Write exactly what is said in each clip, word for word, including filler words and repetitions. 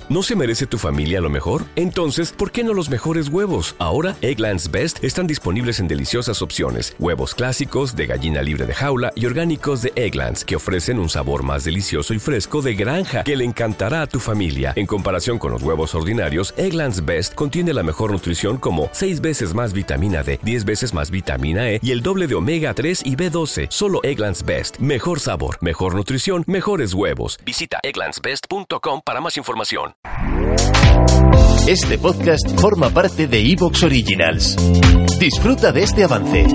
¿No se merece tu familia lo mejor? Entonces, ¿por qué no los mejores huevos? Ahora, Eggland's Best están disponibles en deliciosas opciones. Huevos clásicos, de gallina libre de jaula y orgánicos de Eggland's, que ofrecen un sabor más delicioso y fresco de granja que le encantará a tu familia. En comparación con los huevos ordinarios, Eggland's Best contiene la mejor nutrición como seis veces más vitamina D, diez veces más vitamina E y el doble de omega tres y B doce. Solo Eggland's Best. Mejor sabor, mejor nutrición, mejores huevos. Visita egglands best punto com para más información. Este podcast forma parte de iVoox Originals. Disfruta de este avance.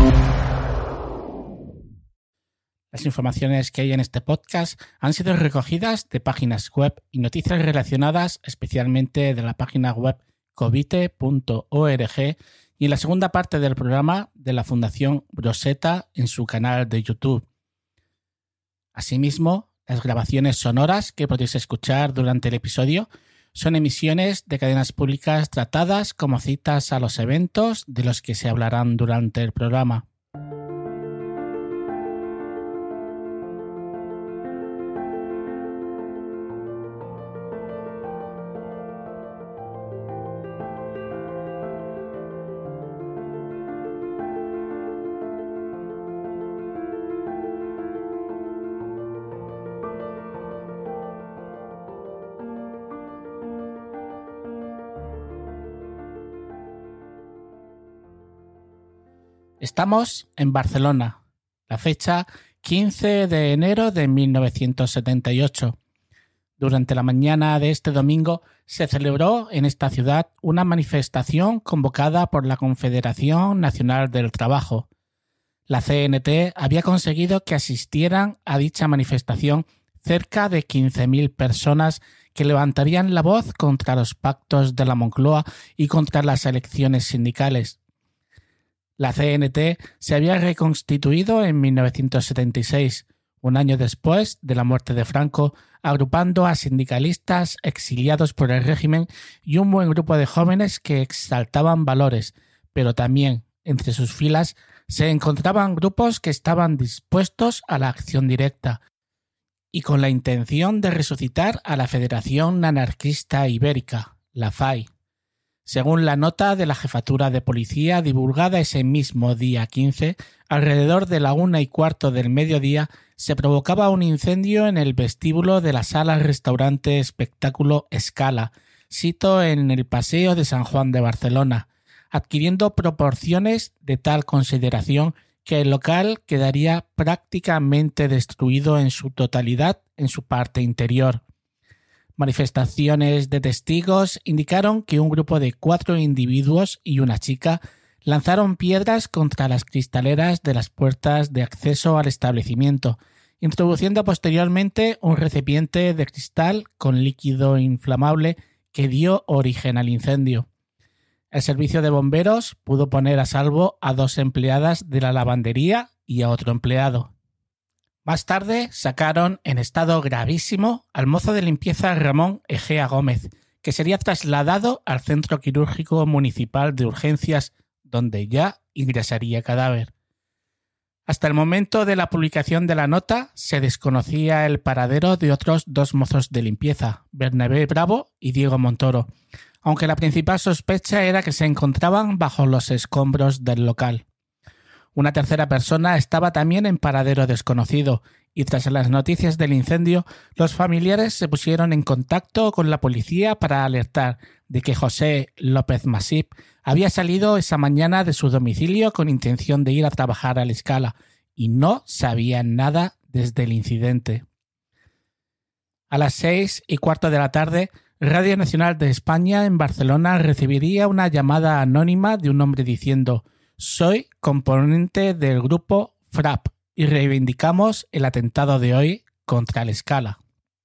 Las informaciones que hay en este podcast han sido recogidas de páginas web y noticias relacionadas especialmente de la página web covite punto org y en la segunda parte del programa de la Fundación Broseta en su canal de YouTube. Asimismo, las grabaciones sonoras que podéis escuchar durante el episodio son emisiones de cadenas públicas tratadas como citas a los eventos de los que se hablarán durante el programa. Estamos en Barcelona, la fecha quince de enero de mil novecientos setenta y ocho. Durante la mañana de este domingo se celebró en esta ciudad una manifestación convocada por la Confederación Nacional del Trabajo. La C N T había conseguido que asistieran a dicha manifestación cerca de quince mil personas que levantarían la voz contra los pactos de la Moncloa y contra las elecciones sindicales. La C N T se había reconstituido en mil novecientos setenta y seis, un año después de la muerte de Franco, agrupando a sindicalistas exiliados por el régimen y un buen grupo de jóvenes que exaltaban valores, pero también, entre sus filas, se encontraban grupos que estaban dispuestos a la acción directa y con la intención de resucitar a la Federación Anarquista Ibérica, la F A I. Según la nota de la Jefatura de Policía divulgada ese mismo día quince, alrededor de la una y cuarto del mediodía se provocaba un incendio en el vestíbulo de la sala-restaurante espectáculo Scala, sito en el Paseo de San Juan de Barcelona, adquiriendo proporciones de tal consideración que el local quedaría prácticamente destruido en su totalidad en su parte interior. Manifestaciones de testigos indicaron que un grupo de cuatro individuos y una chica lanzaron piedras contra las cristaleras de las puertas de acceso al establecimiento, introduciendo posteriormente un recipiente de cristal con líquido inflamable que dio origen al incendio. El servicio de bomberos pudo poner a salvo a dos empleadas de la lavandería y a otro empleado. Más tarde sacaron en estado gravísimo al mozo de limpieza Ramón Egea Gómez, que sería trasladado al Centro Quirúrgico Municipal de Urgencias, donde ya ingresaría cadáver. Hasta el momento de la publicación de la nota se desconocía el paradero de otros dos mozos de limpieza, Bernabé Bravo y Diego Montoro, aunque la principal sospecha era que se encontraban bajo los escombros del local. Una tercera persona estaba también en paradero desconocido y tras las noticias del incendio, los familiares se pusieron en contacto con la policía para alertar de que José López Masip había salido esa mañana de su domicilio con intención de ir a trabajar a la Scala y no sabían nada desde el incidente. A las seis y cuarto de la tarde, Radio Nacional de España en Barcelona recibiría una llamada anónima de un hombre diciendo: «Soy componente del grupo FRAP y reivindicamos el atentado de hoy contra la Scala».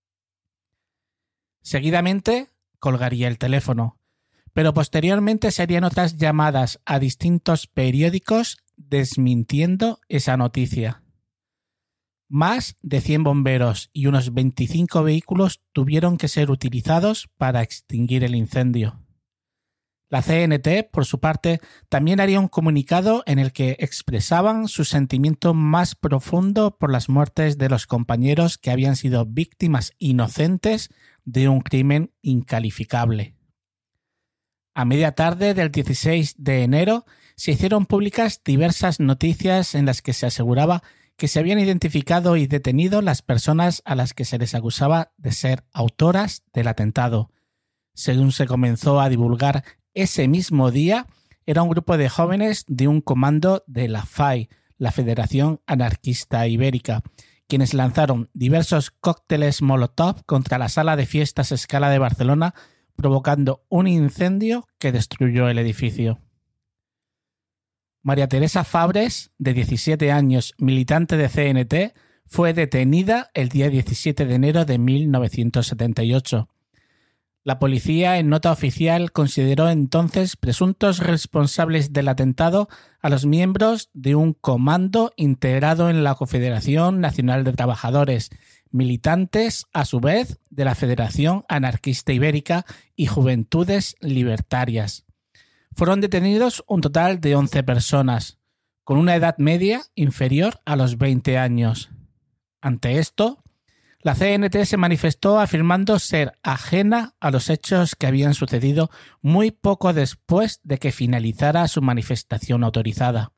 Seguidamente colgaría el teléfono, pero posteriormente serían otras llamadas a distintos periódicos desmintiendo esa noticia. Más de cien bomberos y unos veinticinco vehículos tuvieron que ser utilizados para extinguir el incendio. La C N T, por su parte, también haría un comunicado en el que expresaban su sentimiento más profundo por las muertes de los compañeros que habían sido víctimas inocentes de un crimen incalificable. A media tarde del dieciséis de enero se hicieron públicas diversas noticias en las que se aseguraba que se habían identificado y detenido las personas a las que se les acusaba de ser autoras del atentado. Según se comenzó a divulgar ese mismo día, era un grupo de jóvenes de un comando de la F A I, la Federación Anarquista Ibérica, quienes lanzaron diversos cócteles Molotov contra la sala de fiestas Scala de Barcelona, provocando un incendio que destruyó el edificio. María Teresa Fabres, de diecisiete años, militante de C N T, fue detenida el día diecisiete de enero de mil novecientos setenta y ocho. La policía, en nota oficial, consideró entonces presuntos responsables del atentado a los miembros de un comando integrado en la Confederación Nacional de Trabajadores, militantes, a su vez, de la Federación Anarquista Ibérica y Juventudes Libertarias. Fueron detenidos un total de once personas, con una edad media inferior a los veinte años. Ante esto, la C N T se manifestó afirmando ser ajena a los hechos que habían sucedido muy poco después de que finalizara su manifestación autorizada.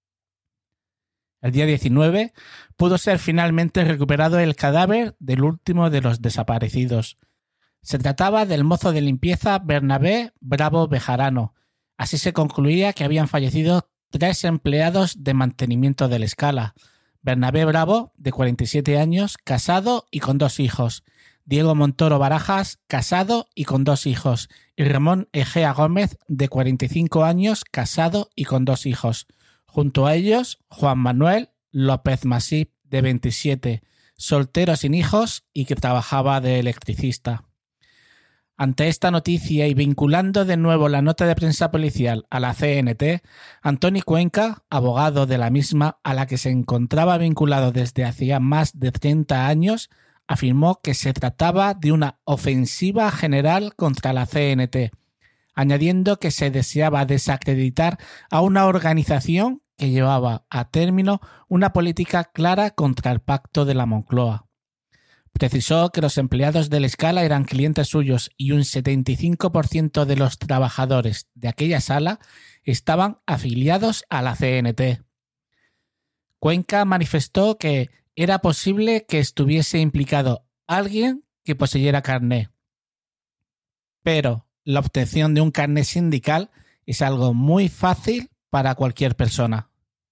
El día diecinueve pudo ser finalmente recuperado el cadáver del último de los desaparecidos. Se trataba del mozo de limpieza Bernabé Bravo Bejarano. Así se concluía que habían fallecido tres empleados de mantenimiento del Scala. Bernabé Bravo, de cuarenta y siete años, casado y con dos hijos. Diego Montoro Barajas, casado y con dos hijos. Y Ramón Egea Gómez, de cuarenta y cinco años, casado y con dos hijos. Junto a ellos, Juan Manuel López Masip, de veintisiete, soltero sin hijos y que trabajaba de electricista. Ante esta noticia y vinculando de nuevo la nota de prensa policial a la C N T, Antoni Cuenca, abogado de la misma a la que se encontraba vinculado desde hacía más de treinta años, afirmó que se trataba de una ofensiva general contra la C N T, añadiendo que se deseaba desacreditar a una organización que llevaba a término una política clara contra el Pacto de la Moncloa. Precisó que los empleados del Scala eran clientes suyos y un setenta y cinco por ciento de los trabajadores de aquella sala estaban afiliados a la C N T. Cuenca manifestó que era posible que estuviese implicado alguien que poseyera carné. Pero la obtención de un carné sindical es algo muy fácil para cualquier persona.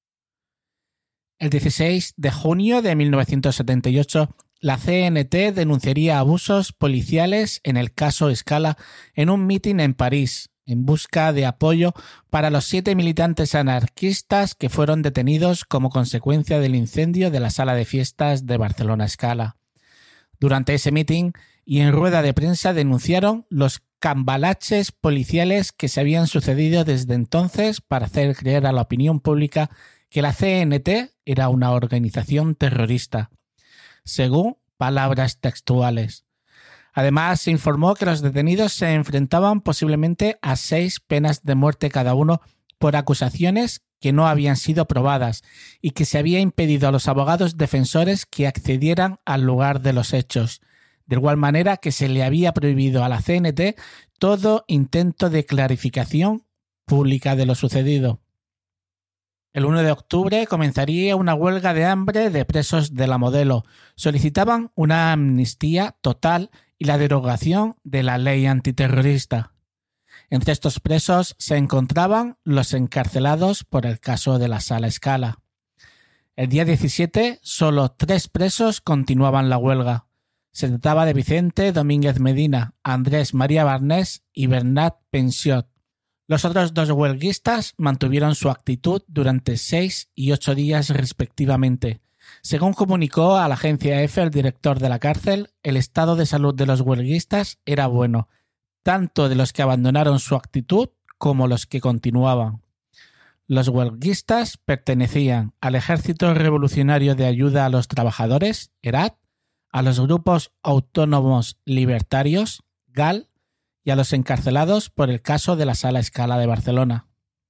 El dieciséis de junio de mil novecientos setenta y ocho, la C N T denunciaría abusos policiales en el caso Scala en un mitin en París, en busca de apoyo para los siete militantes anarquistas que fueron detenidos como consecuencia del incendio de la sala de fiestas de Barcelona Scala. Durante ese mitin y en rueda de prensa denunciaron los cambalaches policiales que se habían sucedido desde entonces para hacer creer a la opinión pública que la C N T era una organización terrorista, según palabras textuales. Además, se informó que los detenidos se enfrentaban posiblemente a seis penas de muerte cada uno por acusaciones que no habían sido probadas y que se había impedido a los abogados defensores que accedieran al lugar de los hechos, de igual manera que se le había prohibido a la C N T todo intento de clarificación pública de lo sucedido. El uno de octubre comenzaría una huelga de hambre de presos de la Modelo. Solicitaban una amnistía total y la derogación de la ley antiterrorista. Entre estos presos se encontraban los encarcelados por el caso de la Sala Scala. El día diecisiete, solo tres presos continuaban la huelga. Se trataba de Vicente Domínguez Medina, Andrés María Barnés y Bernat Pensiot. Los otros dos huelguistas mantuvieron su actitud durante seis y ocho días respectivamente. Según comunicó a la agencia EFE el director de la cárcel, el estado de salud de los huelguistas era bueno, tanto de los que abandonaron su actitud como los que continuaban. Los huelguistas pertenecían al Ejército Revolucionario de Ayuda a los Trabajadores, ERAT, a los grupos autónomos libertarios, G A L, y a los encarcelados por el caso de la Sala Scala de Barcelona.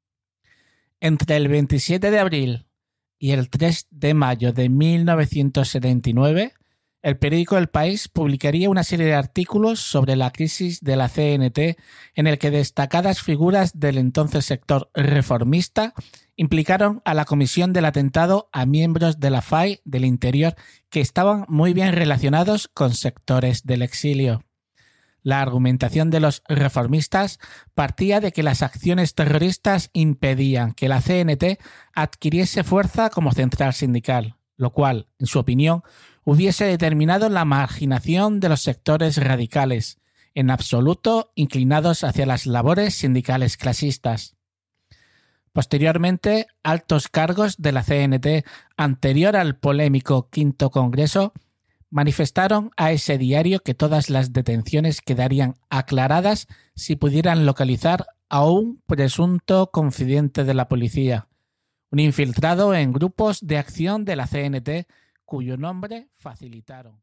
Entre el veintisiete de abril y el tres de mayo de mil novecientos setenta y nueve, el periódico El País publicaría una serie de artículos sobre la crisis de la C N T en el que destacadas figuras del entonces sector reformista implicaron a la comisión del atentado a miembros de la F A I del interior que estaban muy bien relacionados con sectores del exilio. La argumentación de los reformistas partía de que las acciones terroristas impedían que la C N T adquiriese fuerza como central sindical, lo cual, en su opinión, hubiese determinado la marginación de los sectores radicales, en absoluto inclinados hacia las labores sindicales clasistas. Posteriormente, altos cargos de la C N T anterior al polémico Quinto Congreso manifestaron a ese diario que todas las detenciones quedarían aclaradas si pudieran localizar a un presunto confidente de la policía, un infiltrado en grupos de acción de la C N T cuyo nombre facilitaron.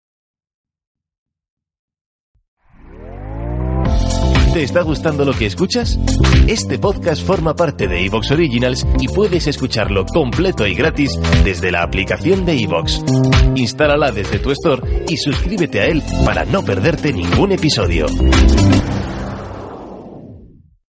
¿Te está gustando lo que escuchas? Este podcast forma parte de iVoox Originals y puedes escucharlo completo y gratis desde la aplicación de iVoox. Instálala desde tu store y suscríbete a él para no perderte ningún episodio.